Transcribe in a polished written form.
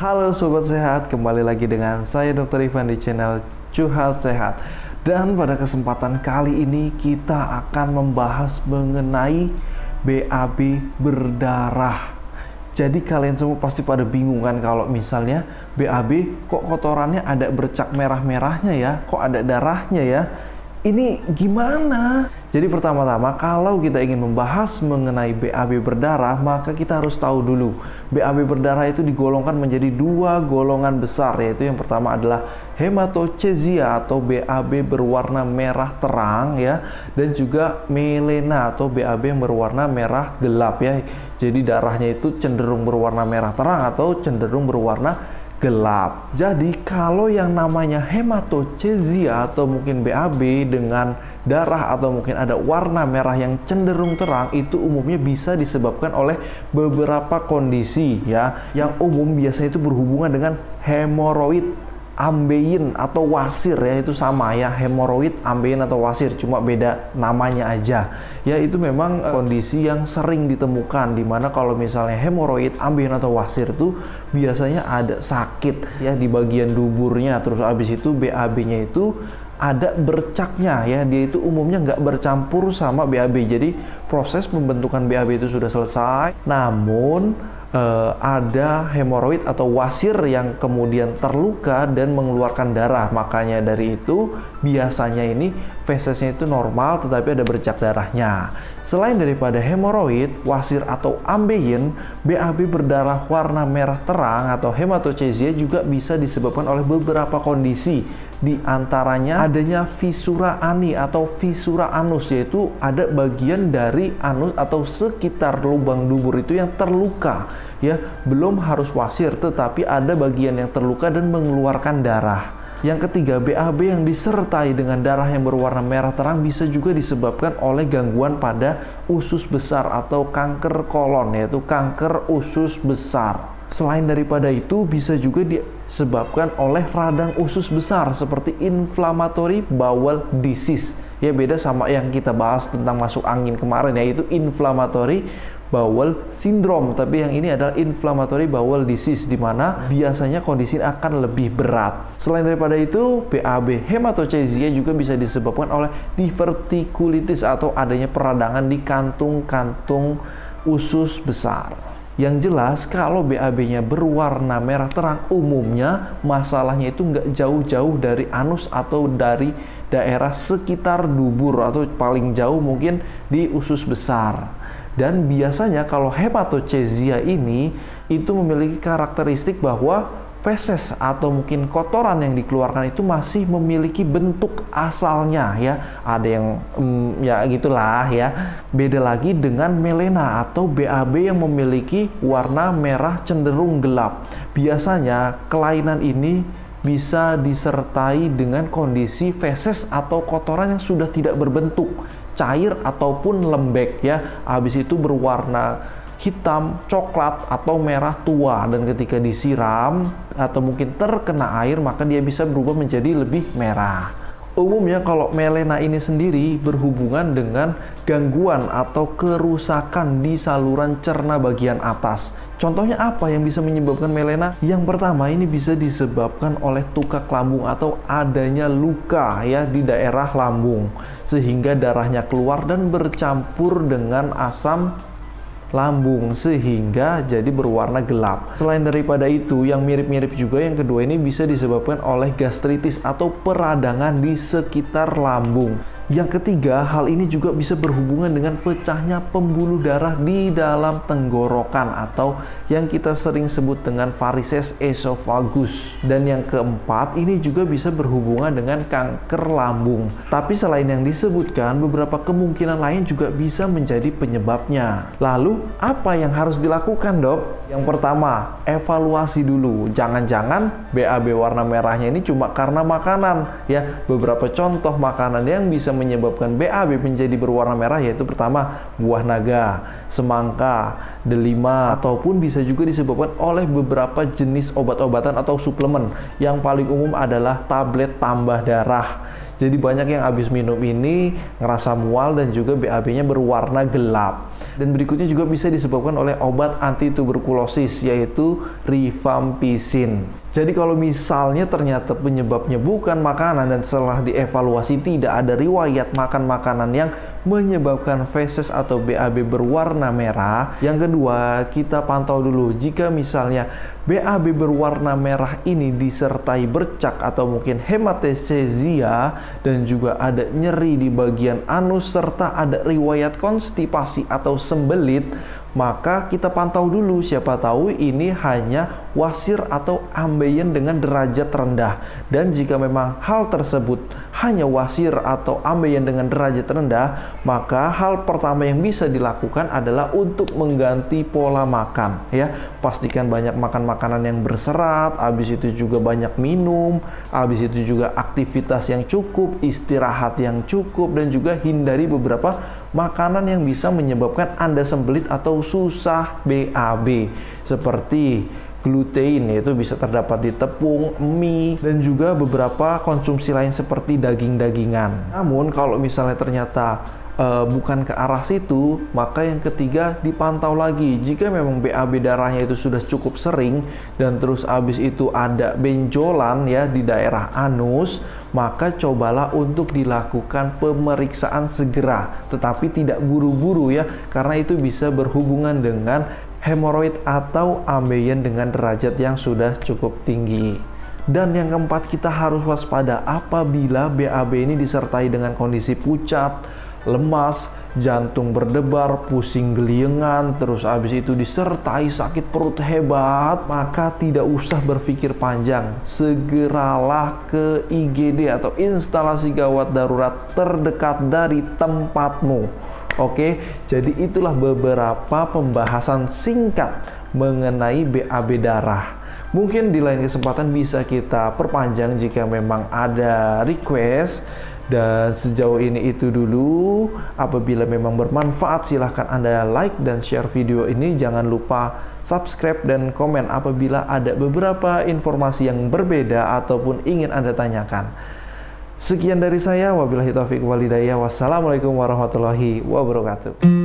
Halo Sobat Sehat, kembali lagi dengan saya Dr. Ivan di channel Curhat Sehat. Dan pada kesempatan kali ini kita akan membahas mengenai BAB berdarah. Jadi kalian semua pasti pada bingung kan kalau misalnya BAB kok kotorannya ada bercak merah-merahnya ya, kok ada darahnya ya. Ini gimana? Jadi pertama-tama kalau kita ingin membahas mengenai BAB berdarah, maka kita harus tahu dulu BAB berdarah itu digolongkan menjadi dua golongan besar, yaitu yang pertama adalah hematochezia atau BAB berwarna merah terang ya, dan juga melena atau BAB yang berwarna merah gelap ya. Jadi darahnya itu cenderung berwarna merah terang atau cenderung berwarna gelap. Jadi kalau yang namanya hematochezia atau mungkin BAB dengan darah atau mungkin ada warna merah yang cenderung terang, itu umumnya bisa disebabkan oleh beberapa kondisi ya. Yang umum biasanya itu berhubungan dengan hemoroid, ambeien atau wasir ya, itu sama ya, hemoroid, ambeien atau wasir, cuma beda namanya aja ya. Itu memang kondisi yang sering ditemukan, dimana kalau misalnya hemoroid, ambeien atau wasir itu biasanya ada sakit ya di bagian duburnya, terus habis itu BAB-nya itu ada bercaknya ya, dia itu umumnya nggak bercampur sama BAB. Jadi proses pembentukan BAB itu sudah selesai, namun ada hemoroid atau wasir yang kemudian terluka dan mengeluarkan darah. Makanya dari itu biasanya ini fesesnya itu normal tetapi ada bercak darahnya. Selain daripada hemoroid, wasir atau ambeien, BAB berdarah warna merah terang atau hematochezia juga bisa disebabkan oleh beberapa kondisi. Di antaranya adanya fisura ani atau fisura anus, yaitu ada bagian dari anus atau sekitar lubang dubur itu yang terluka ya, belum harus wasir tetapi ada bagian yang terluka dan mengeluarkan darah. Yang ketiga, BAB yang disertai dengan darah yang berwarna merah terang bisa juga disebabkan oleh gangguan pada usus besar atau kanker kolon, yaitu kanker usus besar. Selain daripada itu, bisa juga disebabkan oleh radang usus besar seperti inflammatory bowel disease. Ya, beda sama yang kita bahas tentang masuk angin kemarin, yaitu inflammatory bowel syndrome. Tapi yang ini adalah inflammatory bowel disease, di mana biasanya kondisi akan lebih berat. Selain daripada itu, BAB hematochezia juga bisa disebabkan oleh divertikulitis atau adanya peradangan di kantung-kantung usus besar. Yang jelas kalau BAB-nya berwarna merah terang, umumnya masalahnya itu nggak jauh-jauh dari anus atau dari daerah sekitar dubur, atau paling jauh mungkin di usus besar. Dan biasanya kalau hematochezia ini itu memiliki karakteristik bahwa feses atau mungkin kotoran yang dikeluarkan itu masih memiliki bentuk asalnya ya. Ada yang ya gitulah ya. Beda lagi dengan melena atau BAB yang memiliki warna merah cenderung gelap. Biasanya kelainan ini bisa disertai dengan kondisi feses atau kotoran yang sudah tidak berbentuk, cair ataupun lembek ya. Habis itu berwarna hitam, coklat, atau merah tua, dan ketika disiram atau mungkin terkena air maka dia bisa berubah menjadi lebih merah. Umumnya kalau melena ini sendiri berhubungan dengan gangguan atau kerusakan di saluran cerna bagian atas. Contohnya apa yang bisa menyebabkan melena? Yang pertama, ini bisa disebabkan oleh tukak lambung atau adanya luka ya di daerah lambung, sehingga darahnya keluar dan bercampur dengan asam lambung sehingga jadi berwarna gelap. Selain daripada itu, yang mirip-mirip juga yang kedua ini bisa disebabkan oleh gastritis atau peradangan di sekitar lambung. Yang ketiga, hal ini juga bisa berhubungan dengan pecahnya pembuluh darah di dalam tenggorokan atau yang kita sering sebut dengan varises esophagus. Dan yang keempat, ini juga bisa berhubungan dengan kanker lambung. Tapi selain yang disebutkan, beberapa kemungkinan lain juga bisa menjadi penyebabnya. Lalu, apa yang harus dilakukan, Dok? Yang pertama, evaluasi dulu. Jangan-jangan BAB warna merahnya ini cuma karena makanan ya. Beberapa contoh makanan yang bisa menyebabkan BAB menjadi berwarna merah yaitu pertama, buah naga, semangka, delima, ataupun bisa juga disebabkan oleh beberapa jenis obat-obatan atau suplemen. Yang paling umum adalah tablet tambah darah. Jadi banyak yang habis minum ini ngerasa mual dan juga BAB-nya berwarna gelap. Dan berikutnya juga bisa disebabkan oleh obat anti tuberkulosis, yaitu rifampicin. Jadi kalau misalnya ternyata penyebabnya bukan makanan dan setelah dievaluasi tidak ada riwayat makan makanan yang menyebabkan feses atau BAB berwarna merah. Yang kedua, kita pantau dulu jika misalnya BAB berwarna merah ini disertai bercak atau mungkin hematochezia dan juga ada nyeri di bagian anus serta ada riwayat konstipasi atau sembelit, maka kita pantau dulu, siapa tahu ini hanya wasir atau ambeien dengan derajat rendah. Dan jika memang hal tersebut hanya wasir atau ambeien dengan derajat rendah, maka hal pertama yang bisa dilakukan adalah untuk mengganti pola makan ya. Pastikan banyak makan makanan yang berserat, habis itu juga banyak minum, habis itu juga aktivitas yang cukup, istirahat yang cukup, dan juga hindari beberapa makanan yang bisa menyebabkan Anda sembelit atau susah BAB seperti gluten, yaitu bisa terdapat di tepung, mie, dan juga beberapa konsumsi lain seperti daging-dagingan. Namun kalau misalnya ternyata bukan ke arah situ, maka yang ketiga dipantau lagi. Jika memang BAB darahnya itu sudah cukup sering dan terus habis itu ada benjolan ya di daerah anus, maka cobalah untuk dilakukan pemeriksaan segera, tetapi tidak buru-buru ya, karena itu bisa berhubungan dengan hemoroid atau ambeien dengan derajat yang sudah cukup tinggi. Dan yang keempat, kita harus waspada apabila BAB ini disertai dengan kondisi pucat, lemas, jantung berdebar, pusing geliengan, terus habis itu disertai sakit perut hebat, maka tidak usah berpikir panjang. Segeralah ke IGD atau instalasi gawat darurat terdekat dari tempatmu. Oke, jadi itulah beberapa pembahasan singkat mengenai BAB darah. Mungkin di lain kesempatan bisa kita perpanjang jika memang ada request. Dan sejauh ini itu dulu. Apabila memang bermanfaat, silahkan Anda like dan share video ini. Jangan lupa subscribe dan komen apabila ada beberapa informasi yang berbeda ataupun ingin Anda tanyakan. Sekian dari saya, wabillahi taufiq walhidayah. Wassalamualaikum warahmatullahi wabarakatuh.